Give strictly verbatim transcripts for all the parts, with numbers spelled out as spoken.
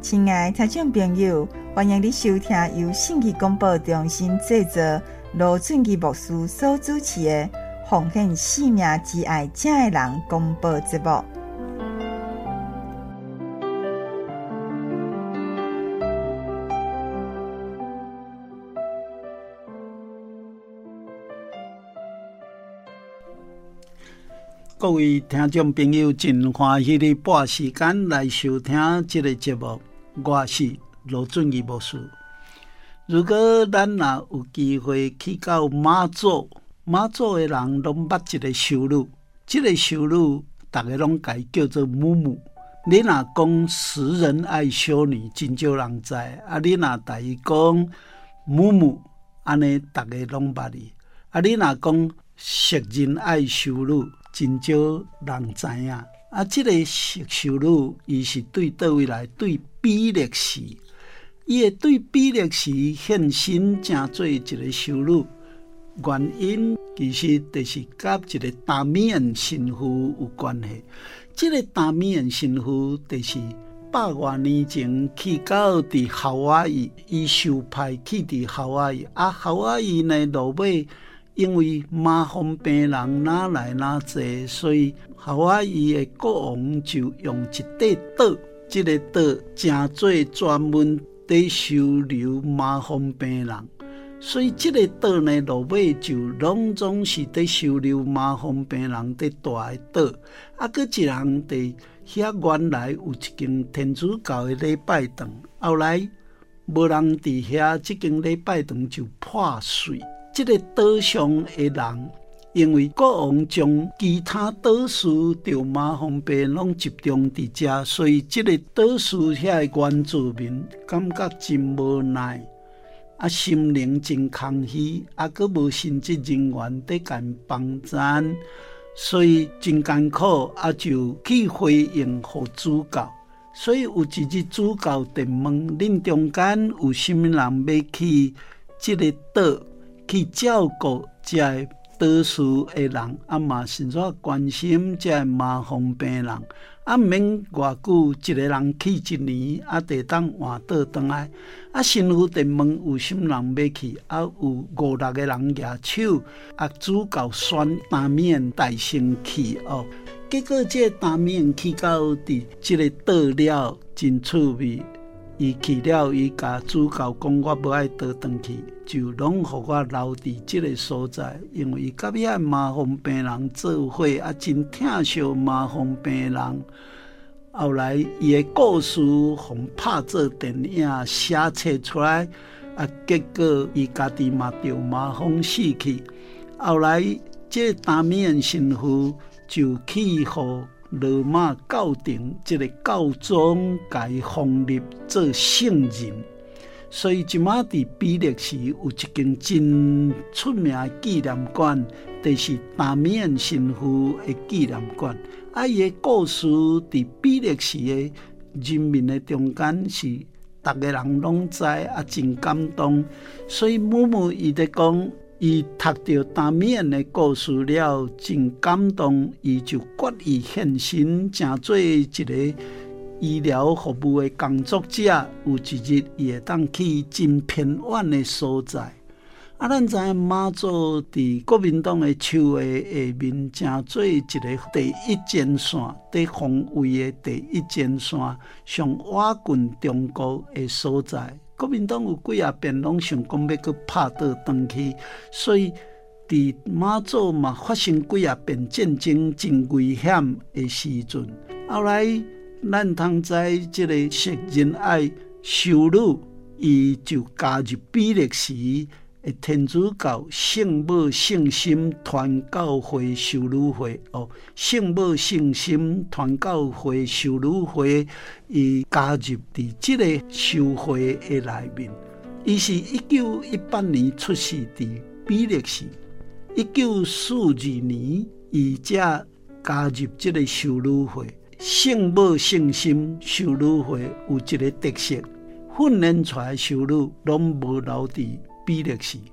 亲爱的听众朋友，欢迎你收听由信息广播中心制作、罗俊基牧师所主持的《奉献生命之爱正的人》广播节目。 各位听众朋友，真欢喜你拨时间来收听这个节目。我是罗俊义牧师。如果咱若有机会去到马祖，马祖的人拢捌一个修女，这个修女大家拢改叫做母母。你若讲诗人爱修女，真少人知。啊，你若大伊讲母母，安尼大家拢捌伊。啊，你若讲识人爱修女，真少人知影。啊，这个修女，伊是对倒位来？对比利时，伊会对比利时献身，成做一个修女。原因其实就是甲一个达米恩神父有关系。这个达米恩神父就是百多年前去到伫夏威夷，伊受派去伫夏威夷。啊，夏威夷呢落尾。因为麻风病人哪来哪济，所以夏威夷的国王就用一块岛，这个岛真做专门在收留麻风病人，所以这个岛呢，落尾就拢总是在收留麻风病人在住的岛。啊，搁一人伫遐原来有一间天主教的礼拜堂，后来无人伫遐，这间礼拜堂就破碎。这个岛上的人，因为国王将其他岛屿着麻风病拢集中伫遮，所以这个岛屿遐的原住民感觉真无奈，啊，心灵真空虚，啊，阁无神职人员在干帮赞，所以真艰苦，啊，就去回应给主教。所以有一日主教电问恁中间有啥物人要去这个岛？去照顾这个岛屿的人，啊嘛甚至关心这个麻风病人，啊免偌久，一个人去一年，啊得当换岛回来。啊神父电问有啥人要去，啊有五六个人举手，啊主教选达米恩大先去哦。结果这个达米恩去到伫这个岛了，真趣味。伊去了，伊甲主教讲：“我无爱倒转去，就拢互我留伫即个所在，因为伊甲遐麻风病人做伙，啊，真疼惜麻风病人。后来伊的故事互拍做电影，写册出来，啊，结果伊家己嘛着麻风死去。后来这达米恩神父就去互。”罗马教廷这个教宗甲伊封立做圣人，所以即马伫比利时有一间真出名的纪念馆，就是达米恩神父的纪念馆。啊，伊的故事伫比利时的人民的中间是逐个人拢知，啊，真感动。所以母母伊在讲。伊读到达米恩的故事了，真感动，伊就决意献身，成做一个医疗服务的工作者。有一日，伊会当去真偏远的所在。啊，咱知影马祖伫国民党的手的下面，成做一个第一前线，在防卫的第一前线，上瓦近中国的所在。国民党有几啊遍拢想讲要去拍倒转去，所以伫马祖嘛发生几啊遍战争真危险的时阵。后来咱通知这个识人爱修女，伊就加入比利时的天主教圣母圣心传教会修女会哦，圣母圣心传教会修女会，伊加入伫这个修会的内面。伊是一九一八年出世伫比利时，一九四二年伊才加入这个修女会。圣母圣心修女会有一个特色，训练出来的修女拢无留伫比利时，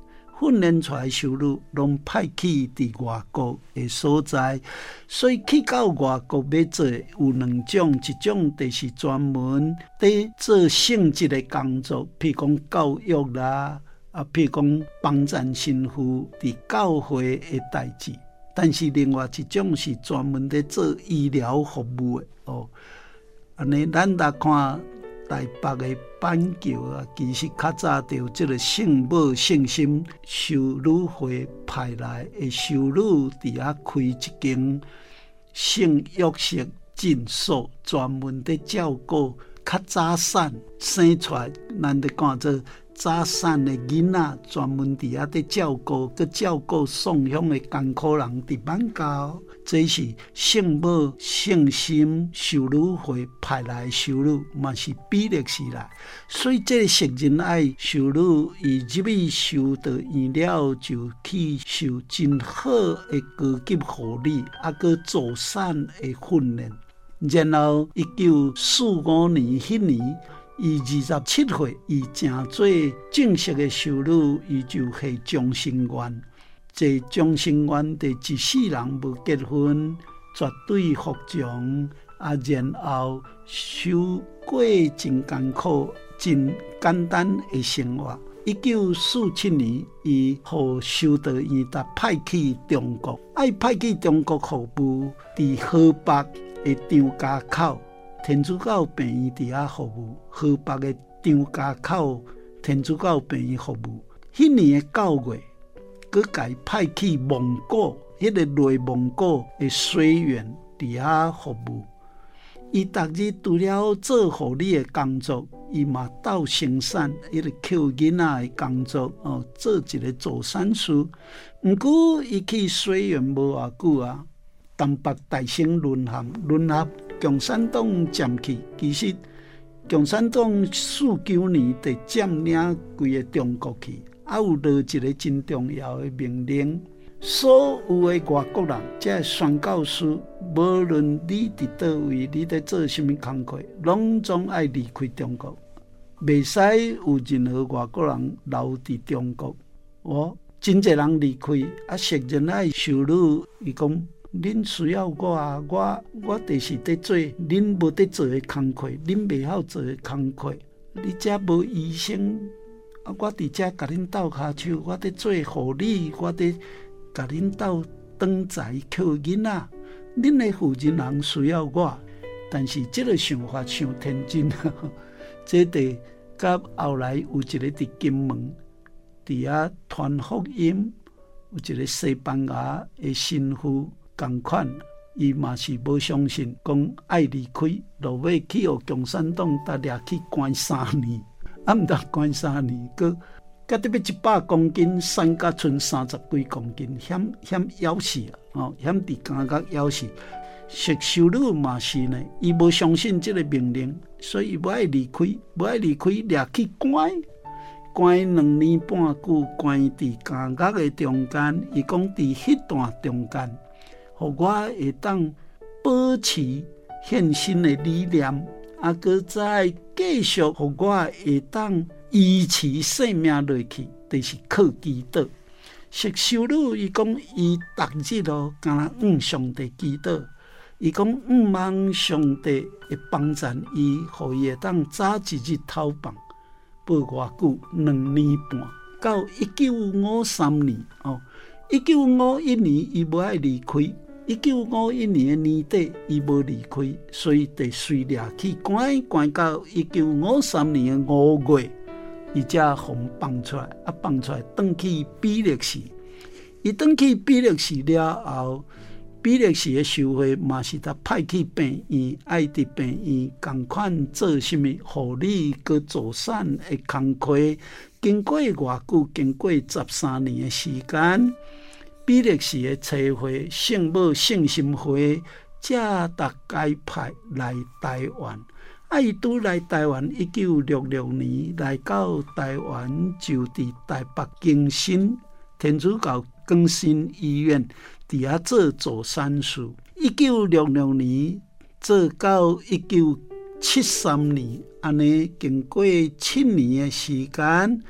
训练出来的修女，拢派去伫外国的所在，所以去到外国要做有两种，一种就是专门伫做性质的工作，譬如讲教育啦，啊，譬如讲帮赞神父伫教会的代志。但是另外一种是专门在做医疗服务的哦。安尼，咱来看台北的板桥啊，其实较早就有这个圣母圣心修女会派来的修女，伫遐开一间圣约瑟诊所，专门在照顾较早产生出来，咱在讲做早产的囡仔，专门伫遐在照顾，佮照顾送养的艰苦人伫板桥。这是圣母圣心修女会派来的修女，嘛是比利时来。所以这个圣人爱修女，伊入去修道院了，就去受真好的高级护理，啊，佮助产的训练。然后一九四五年迄年，伊二十七岁，伊成做正式的修女，伊就系终身愿。这终身愿的一世人无结婚，绝对服从，啊，然后受过真艰苦、真简单的生活。一九四七年，伊互修道院达派去中国，爱派去中国服务，伫河北的张家口天主教病院伫遐服务，河北的张家口天主教病院服务。迄年的九月，佮甲伊派去蒙古，迄、那个内蒙古的水源伫遐服务。伊逐日除了做护理的工作，伊嘛斗生产，迄、那个扣囡仔的工作哦，做一个助产士。毋过伊去水源无偌久啊，东北大省沦陷，沦陷共产党占去。其实共产党四九年就占领规个中国去。啊，有落一个真重要的命令，所有的外国人，即宣教师，无论你伫倒位，你在做什么工作，拢总爱离开中国，袂使有任何外国人留伫中国。我真侪人离开，啊，圣人爱修女，伊讲，恁需要我啊，我我就是在做恁无在做的工课，恁袂晓做的工课，你遮无医生。啊！我伫遮甲恁斗骹手，我伫做护理，我伫甲恁斗当财扣囡仔。恁的负责人需要我，但是这个想法伤天真啊！这得甲后来有一个伫金门，伫遐传福音，有一个西班牙的神父同款，伊嘛是无相信，讲爱离开，落尾去互共产党搭掠去关三年。啊，毋得关三年，佮甲特别一百公斤，三甲剩三十几公斤，险险夭死啊！哦，险伫感觉夭死。实修女嘛是呢，伊无相信这个命令，所以无爱离开，无爱离开，掠去关，关两年半久，关伫感觉的中间。伊讲伫迄段中间，互我会当保持献身的理念。啊，搁再继续，互我会当维持生命落去，就是靠祈祷。实修女伊讲，伊逐日咯，敢若向上帝祈祷。伊讲，毋望上帝会帮助伊，互伊会当早一日透房，报偌久，两年半，到一九五三年哦，一九五一年伊无爱离开。一九五一年的年底，伊无离开，所以就随掠去关关到一九五三年的五月，伊才互放出来，啊放出来，转去比利时。伊转去比利时了后，比利时的社会嘛是他派去病院，爱伫病院共款做什么护理、佮助产的工课。经过偌久，经过十三年的时间。比利时的社会圣母圣心会才大概派来台湾。啊，伊拄来台湾，一九六六年来到台湾，就伫台北更新天主教更新医院伫遐做助产士。一九六六年做到一九七三年，安尼经过七年的时间。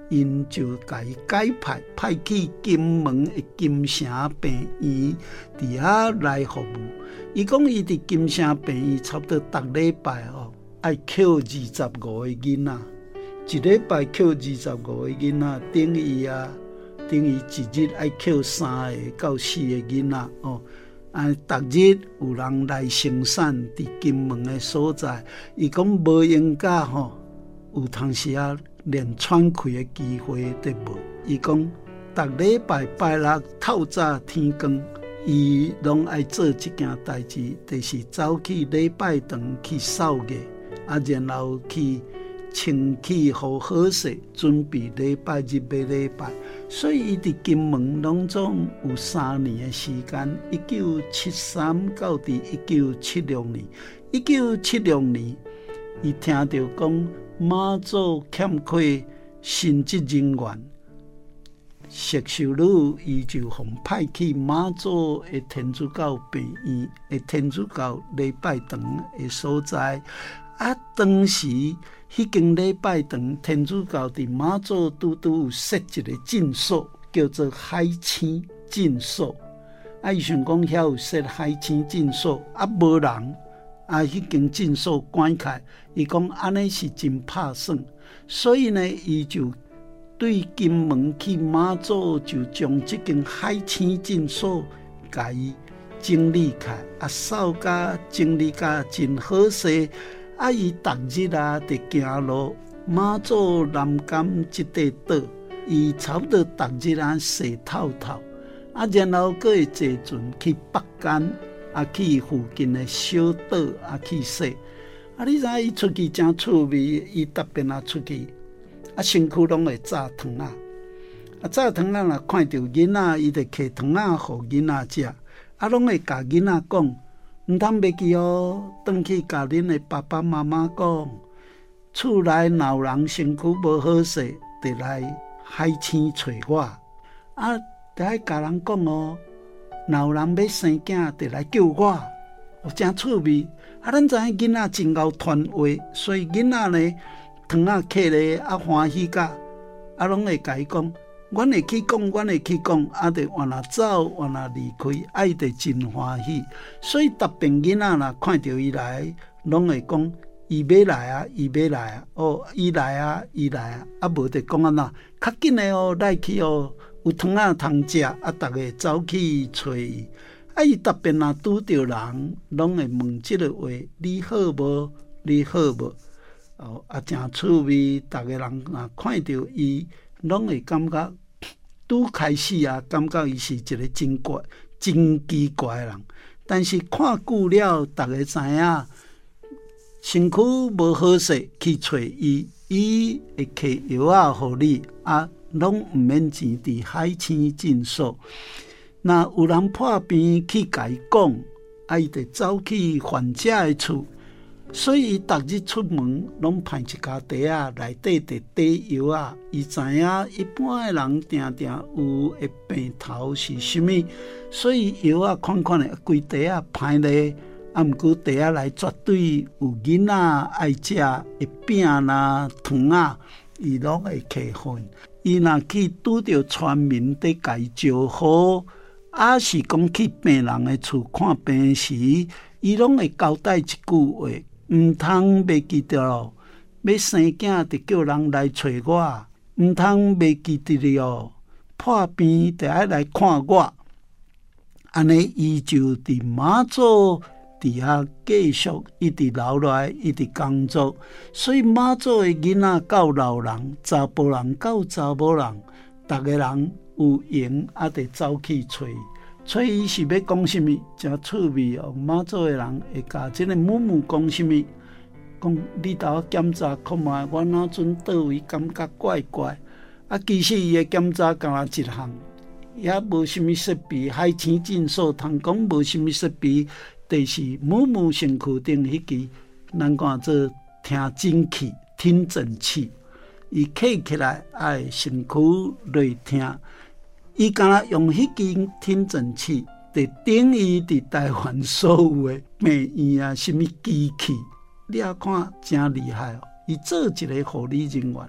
因就甲伊改派派去金门的金城病院伫遐来服务。伊讲伊伫金城病院差不多逐礼拜哦，爱扣二十五个囡仔，一礼拜扣二十五个囡仔，等于啊，等于一日爱扣三个到四个囡仔哦。啊，逐日有人来生产伫金门的所在，伊讲无闲甲吼，有当时啊连喘气的机会都无。伊讲逐礼拜拜六透早天光，伊拢爱做一件代志，就是走去礼拜堂去扫街，啊，然后去清气好好势，准备礼拜日要礼拜。所以伊伫金门拢总有三年的时间，一九七三到伫一九七六年。一九七六年，伊听到讲马祖欠缺神职人员，石秀女伊就奉派去马祖的天主教病院的天主教礼拜堂的所在。啊，当时迄间礼拜堂天主教伫马祖拄拄有设一个诊所，叫做海青诊所。啊，伊想讲遐有设海青诊所，啊无人，啊迄间诊所关起，伊讲安尼是真拍算，所以呢，伊就对金门去马祖就将这间海青诊所甲伊整理起，啊扫甲整理甲真好势。啊，伊逐日啊，伫行路马祖南港即块岛，伊差不多逐日啊洗透透，啊，然后佫会坐船去北竿，啊，去附近的小岛啊去洗。啊，你知影伊出去真趣味，伊特别啊出去，啊，身躯拢会炸糖啊，啊，炸糖啊，若看到囡仔，伊就摕糖啊，互囡仔食，啊，拢会甲囡仔讲。唔通袂记哦，转去甲恁的爸爸妈妈讲，厝内老人身躯无好势，得来海青找我。啊，得爱甲人讲哦，老人要生囝，得来叫我，有真趣味。啊，咱知影囡仔真够传话，所以囡仔呢，糖啊客咧啊欢喜甲，啊拢会甲伊讲。阮会去讲，阮会去讲，啊，得往哪走，往哪离开，啊，伊得真欢喜。所以，逐遍囡仔若看到伊来，拢会讲，伊要来啊，伊要来啊，哦，伊来啊，伊来啊，啊，无得讲安那，较紧的哦，来去哦，有糖啊通食，啊，逐个走去找伊。啊，伊逐遍若拄着人，拢会问即个话：你好无？你好无？哦，啊，真趣味。逐个人若看到伊，拢会感觉。拄开始啊，感觉伊是一个真怪、真奇怪的人，但是看久了，大家知影身躯无好势去找伊，伊会摕药啊，互你啊，拢毋免钱伫海青诊所。若有人破病去甲伊讲，啊，伊就走去患者的厝。所以，伊逐日出门拢派一家袋啊，内底伫底药啊。伊知影一般的人定定有会病头是啥物，所以药啊，款款的规袋啊派咧。啊，毋过袋啊内绝对有囡仔爱食的饼啦、糖啊，伊拢会摕分。伊若去拄着村民伫甲伊招呼，啊是讲去病人的厝看病时，伊拢会交代一句话。毋通袂记得咯，要生囝就叫人来找我，毋通袂记得了，破病就爱来看我。安尼伊就伫马祖伫遐继续一直留落来，一直工作。所以马祖的囡仔到老人，查甫人到查某人，逐个人有闲啊，得走去找。所以伊是要讲什么？真趣味哦！马祖的人会甲这个母母讲什么？讲你甲我检查看卖，我哪阵倒位感觉怪怪。啊，其实伊的检查干那一项，也无什么设备。海青诊所通讲无什么设备，就是母母身躯顶迄支，咱讲做听诊器、听诊器，伊摕起来爱身躯来听。伊敢若用迄支听诊器，就等于伫台湾所有的病院啊，什么机器，你也看真厉害哦！伊做一个护理人员，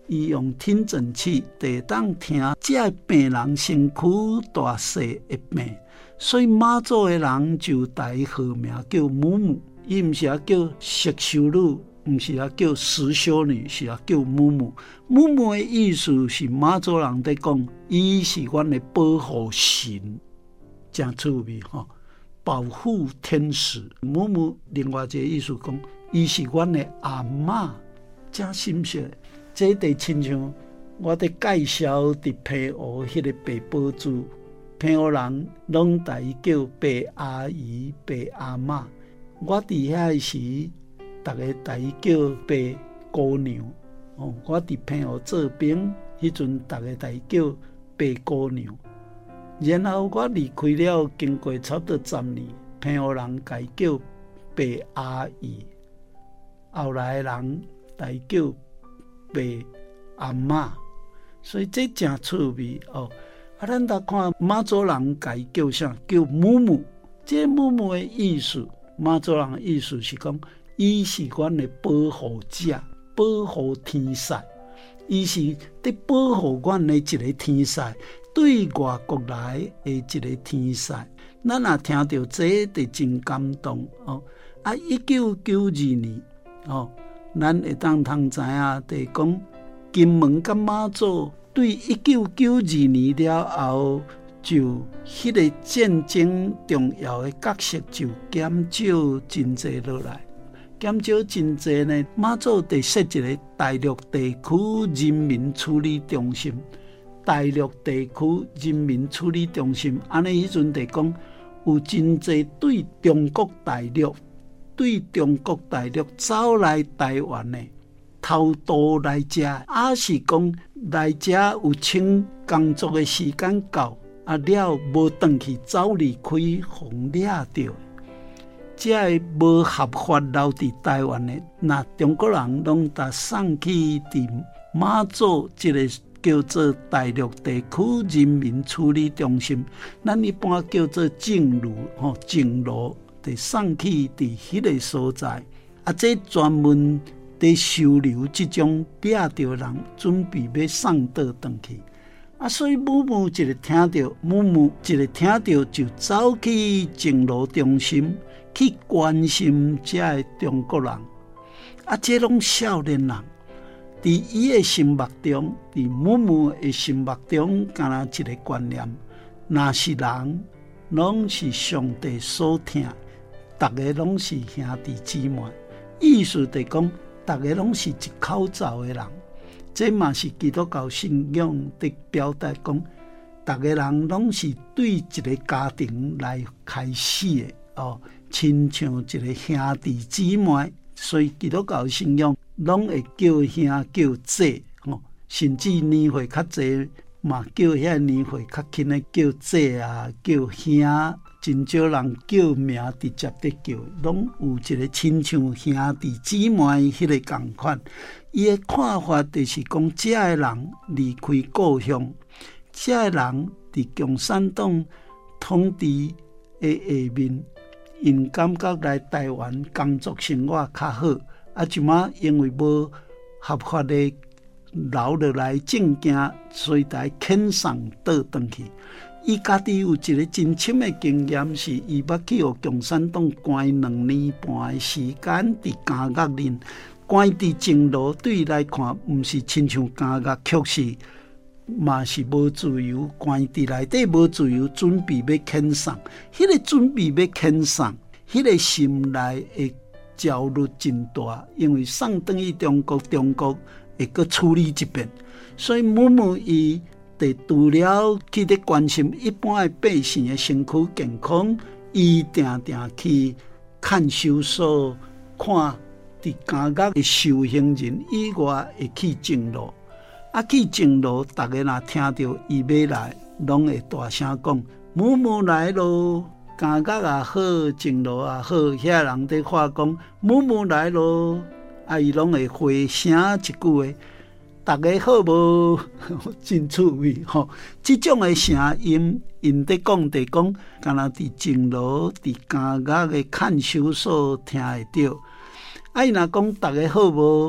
伊用听诊器地当听这病人身躯大小的病，所以妈祖的人就大号名叫母母，伊毋是啊叫色修女，毋是啊叫实修女，是啊叫母母。母母的意思是妈祖人在讲，伊是阮的保护神，真趣味吼，保护天使。母母另外一个意思讲，伊是阮的阿嬷，真深刻。这就亲像我伫介绍伫平湖迄个白宝珠，平湖人拢大伊叫白阿姨、白阿嬷。我伫遐时，大家大伊叫白姑娘。哦，我伫平湖做兵，迄阵大家大伊叫白姑娘。然后我离开了，经过差不多十年，平湖人改叫白阿姨，后来的人大伊叫白阿嬷，所以这真趣味哦。啊，咱来看妈祖人改叫啥？叫母母。这母母的意思，妈祖人的意思是讲，伊是阮的保护者，保护天使。伊是伫保护阮的一个天使，对外国来的一个天使。咱若听到这，就真感动哦。啊，一九九二年哦。咱会当通知影，就是讲金门甲妈祖对一九九二年了后，就迄个战争重要的角色就减少真济落来，减少真济呢。妈祖得设一个大陆地区人民处理中心，大陆地区人民处理中心，安尼迄阵得讲有真济对中国大陆。对中国大陆走来台湾的偷渡来遮，也是讲来遮有请工作的时间到，啊了无转去走离开，互掠着。这无合法留伫台湾的，那中国人拢达送去伫马祖这个叫做大陆地区人民处理中心，咱一般叫做正路吼，正路。得送去伫迄个所在，啊，这专门得收留这种掠着人，准备要送倒转去。啊，所以母母一个听到，母母一个听到就走去正路中心去关心这个中国人。啊，这种少年人，伫伊的心目中，伫母母的心目中，敢若一个观念，若是人，拢是上帝所听。大家拢是兄弟姊妹，意思就是讲，大家拢是一口罩的人。这嘛是基督教信仰的表达，讲大家人拢是对一个家庭来开始的哦，亲像一个兄弟姊妹。所以基督教信仰拢会叫兄叫姐哦，甚至年岁较济嘛叫遐年岁较轻的叫姐啊，叫兄。真少人叫名直接的叫，拢有一个亲像兄弟姊妹迄个同款。伊的看法就是讲，这个人离开故乡，这个人伫共产党统治的下面，因感觉来台湾工作生活较好，啊，即马因为无合法的留落来证件，所以才遣送倒转去。伊家己有一个真深的经验，是伊捌去互共产党关两年半的时间伫监狱里，关伫正路对伊来看，毋是亲像监狱，确实嘛是无自由，关伫内底无自由，准备要遣送。迄、那个准备要遣送，迄、那个心内的焦虑真大，因为送转去中国，中国会阁处理一遍，所以母母伊。得除了去咧关心一般的百姓的身躯健康，伊定定去看守所，看伫监狱的受刑人以外，会去正路。啊，去正路，大家若听到伊要来，拢会大声讲：母母来咯！监狱也好，正路也好，遐人伫话讲：母母来咯！啊，伊拢会回声一句话。大家好无？真趣味吼！这种的声音，因在讲地讲，敢若伫正路、伫监狱的看守所听会到。啊，伊若讲大家好无？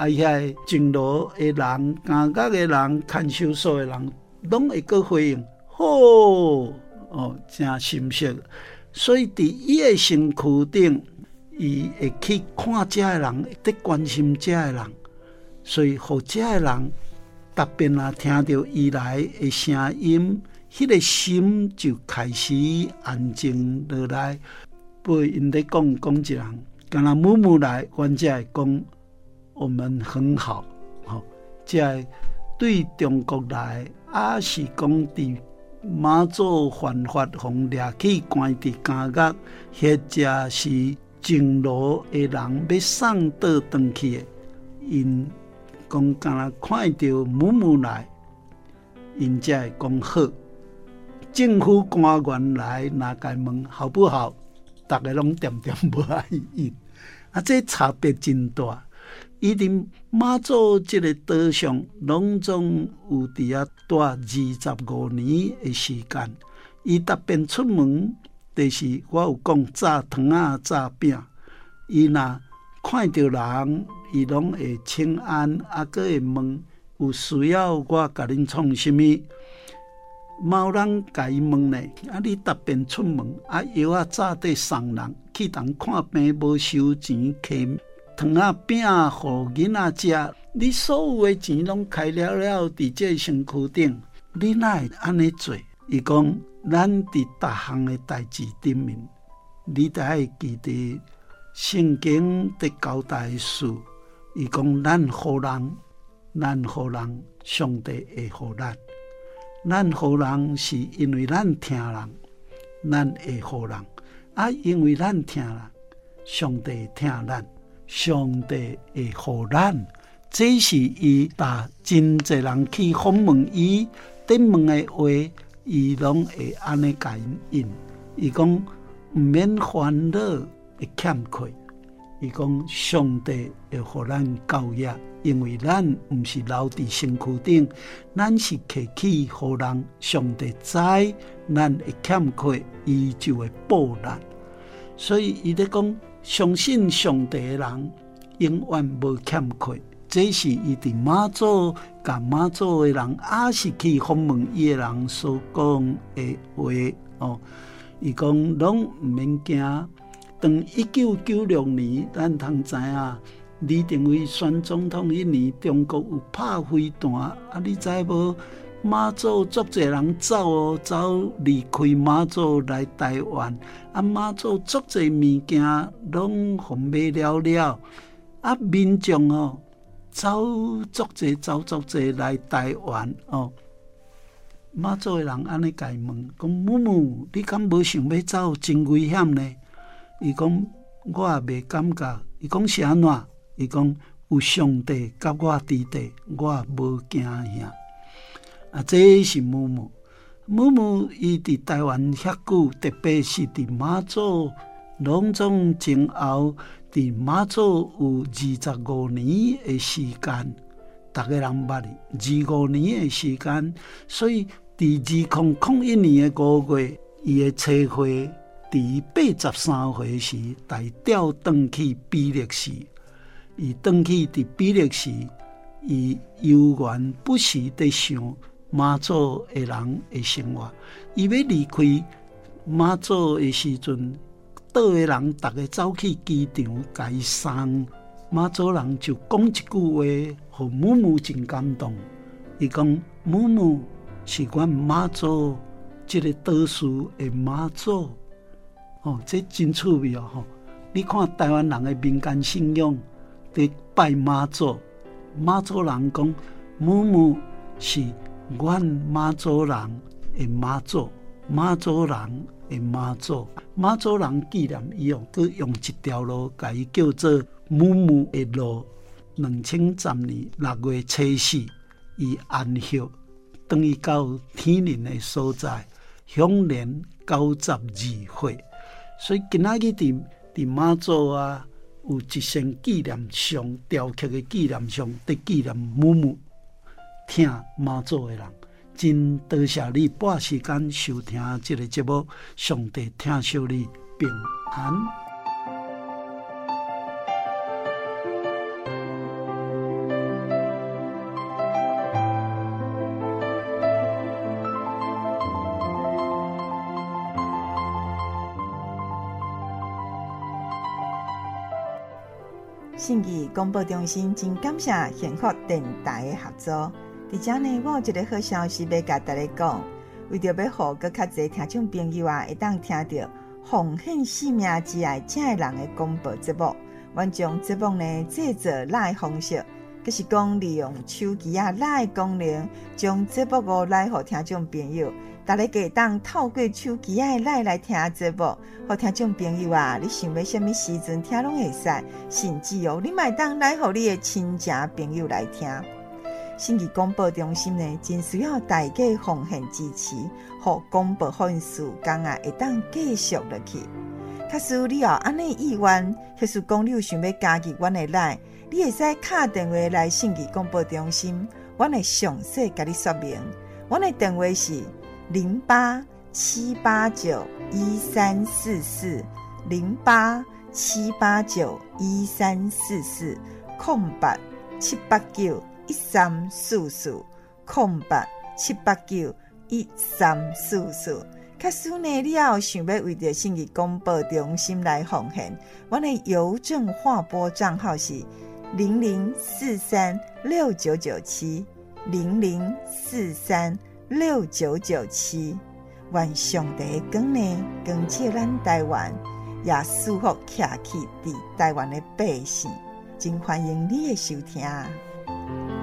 啊，遐种罗的人、感觉的人、看守所的人，拢会个回应，好哦，真深色。所以伫伊的身躯顶，伊会去看遮的人，会关心遮的人，所以互遮的人特别啊听到伊来的声音，迄、那个心就开始安静落来。不因咧讲讲一人，敢若母母来，阮才会讲我们很好，吼，才对中国来，也是讲伫马祖犯法，互掠去关伫监狱，或者是种罗的人要送倒转去的，因讲敢若看到母母来，因才会讲好。政府官员来，若甲问好不好，大家拢点点无爱应，啊，这差别真大。伊伫马祖这个岛上，拢总有伫遐住二十五年的时间。伊特别出门，就是我有讲炸糖啊、炸饼。伊若看到人，伊拢会请安，啊，阁会问有需要我甲恁创什么？冇人甲伊问呢，啊，你特别出门，啊，药啊早地送人，去人看病无收钱，摕糖啊饼互囡仔食，你所有的钱拢开了了，伫这身躯顶，你哪会安尼做？伊讲，咱伫逐项的代志顶面，你得爱记得圣经伫交代的事。伊讲，咱互人，咱互人，上帝会互咱。咱互人是因为咱听人，咱会互人啊，因为咱听人，上帝听咱，上帝会互咱。这是伊把真侪人去访问伊，顶问的话，伊拢会安尼甲因应。伊讲毋免烦恼会欠缺，伊讲上帝会互咱教育。因为咱毋是留伫身躯顶，咱是摕去互人，上帝知咱会欠缺，伊就会报咱。所以伊咧讲，相信上帝的人永远无欠缺。这是伊伫马祖甲马祖的人，也是去访问伊的人所讲的话哦。伊讲拢毋免惊。当一九九六年，咱通知影。李登辉选总统迄年，中国有拍飞弹，啊，你知无？马祖足侪人走哦，走离开马祖来台湾，啊，马祖足侪物件拢互买了了，啊，民众哦，走足侪走足侪来台湾哦。马祖的人安尼甲伊问，讲母母，你敢无想要走？真危险呢？伊讲我也袂感觉。伊讲是安怎？伊讲有上帝甲我伫地，我也无惊吓。啊，这是母母。母母伊伫台湾遐久，特别是伫马祖拢总前后，伫马祖有二十五年的时间，逐个人捌哩二十五年的时间。所以伫二零零一年的五月，伊的车会伫八十三岁时，大调转去比利时。伊转去伫比利时，伊悠远不时地想马祖的人的生活。伊要离开马祖的时阵，岛的人逐个走去机场甲伊送。马祖人就讲一句话，互母母真感动。伊讲母母是阮马祖这个岛屿的马祖。哦，这真趣味哦！吼，你看台湾人的民间信仰。伫拜妈祖，妈祖人讲母母是阮妈祖人的妈祖，妈祖人的妈祖，妈祖人纪念伊哦，佮用一条路，甲伊叫做母母的路。两千十年六月初四，伊安息，等于到天灵的所在，享年九十二岁。所以今仔日伫伫妈祖啊。有一身纪念像雕刻的纪念像，伫纪念母母听妈祖的人，真多谢你拨时间收听这个节目，上帝听惜你平安。 信义广播中心真感谢幸福电台的合作。伫遮呢，我有一个好消息要甲大家讲，为着要互搁较侪听众朋友啊，会当听到奉献性命之爱这个人的广播节目，阮将节目呢制作来方式，就是讲利用手机啊来功能，将节目个来互听众朋友。大家可以当透过手机啊来来听节目，互听众朋友啊，你想要什么时阵听拢会使，甚至哦，你嘛当来互你的亲情朋友来听。信义广播中心呢，真需要大家奉献支持，互广播好事工啊会当继续落去。假使你有安尼意愿，或是讲你有想要加入阮的来，你会使打电话来信义广播中心，阮会详细甲你说明。阮的电话是零八七八九一三四四零八七八九一三四四空八七八九一三四四空八七八九一三四四。假使呢，你要想要为着信义广播中心来奉献，阮的邮政划拨账号是零零四三六九九七零零四三六九九七。愿上帝的光呢，光照咱台湾，也祝福徛起伫台湾的百姓。真欢迎你的收听。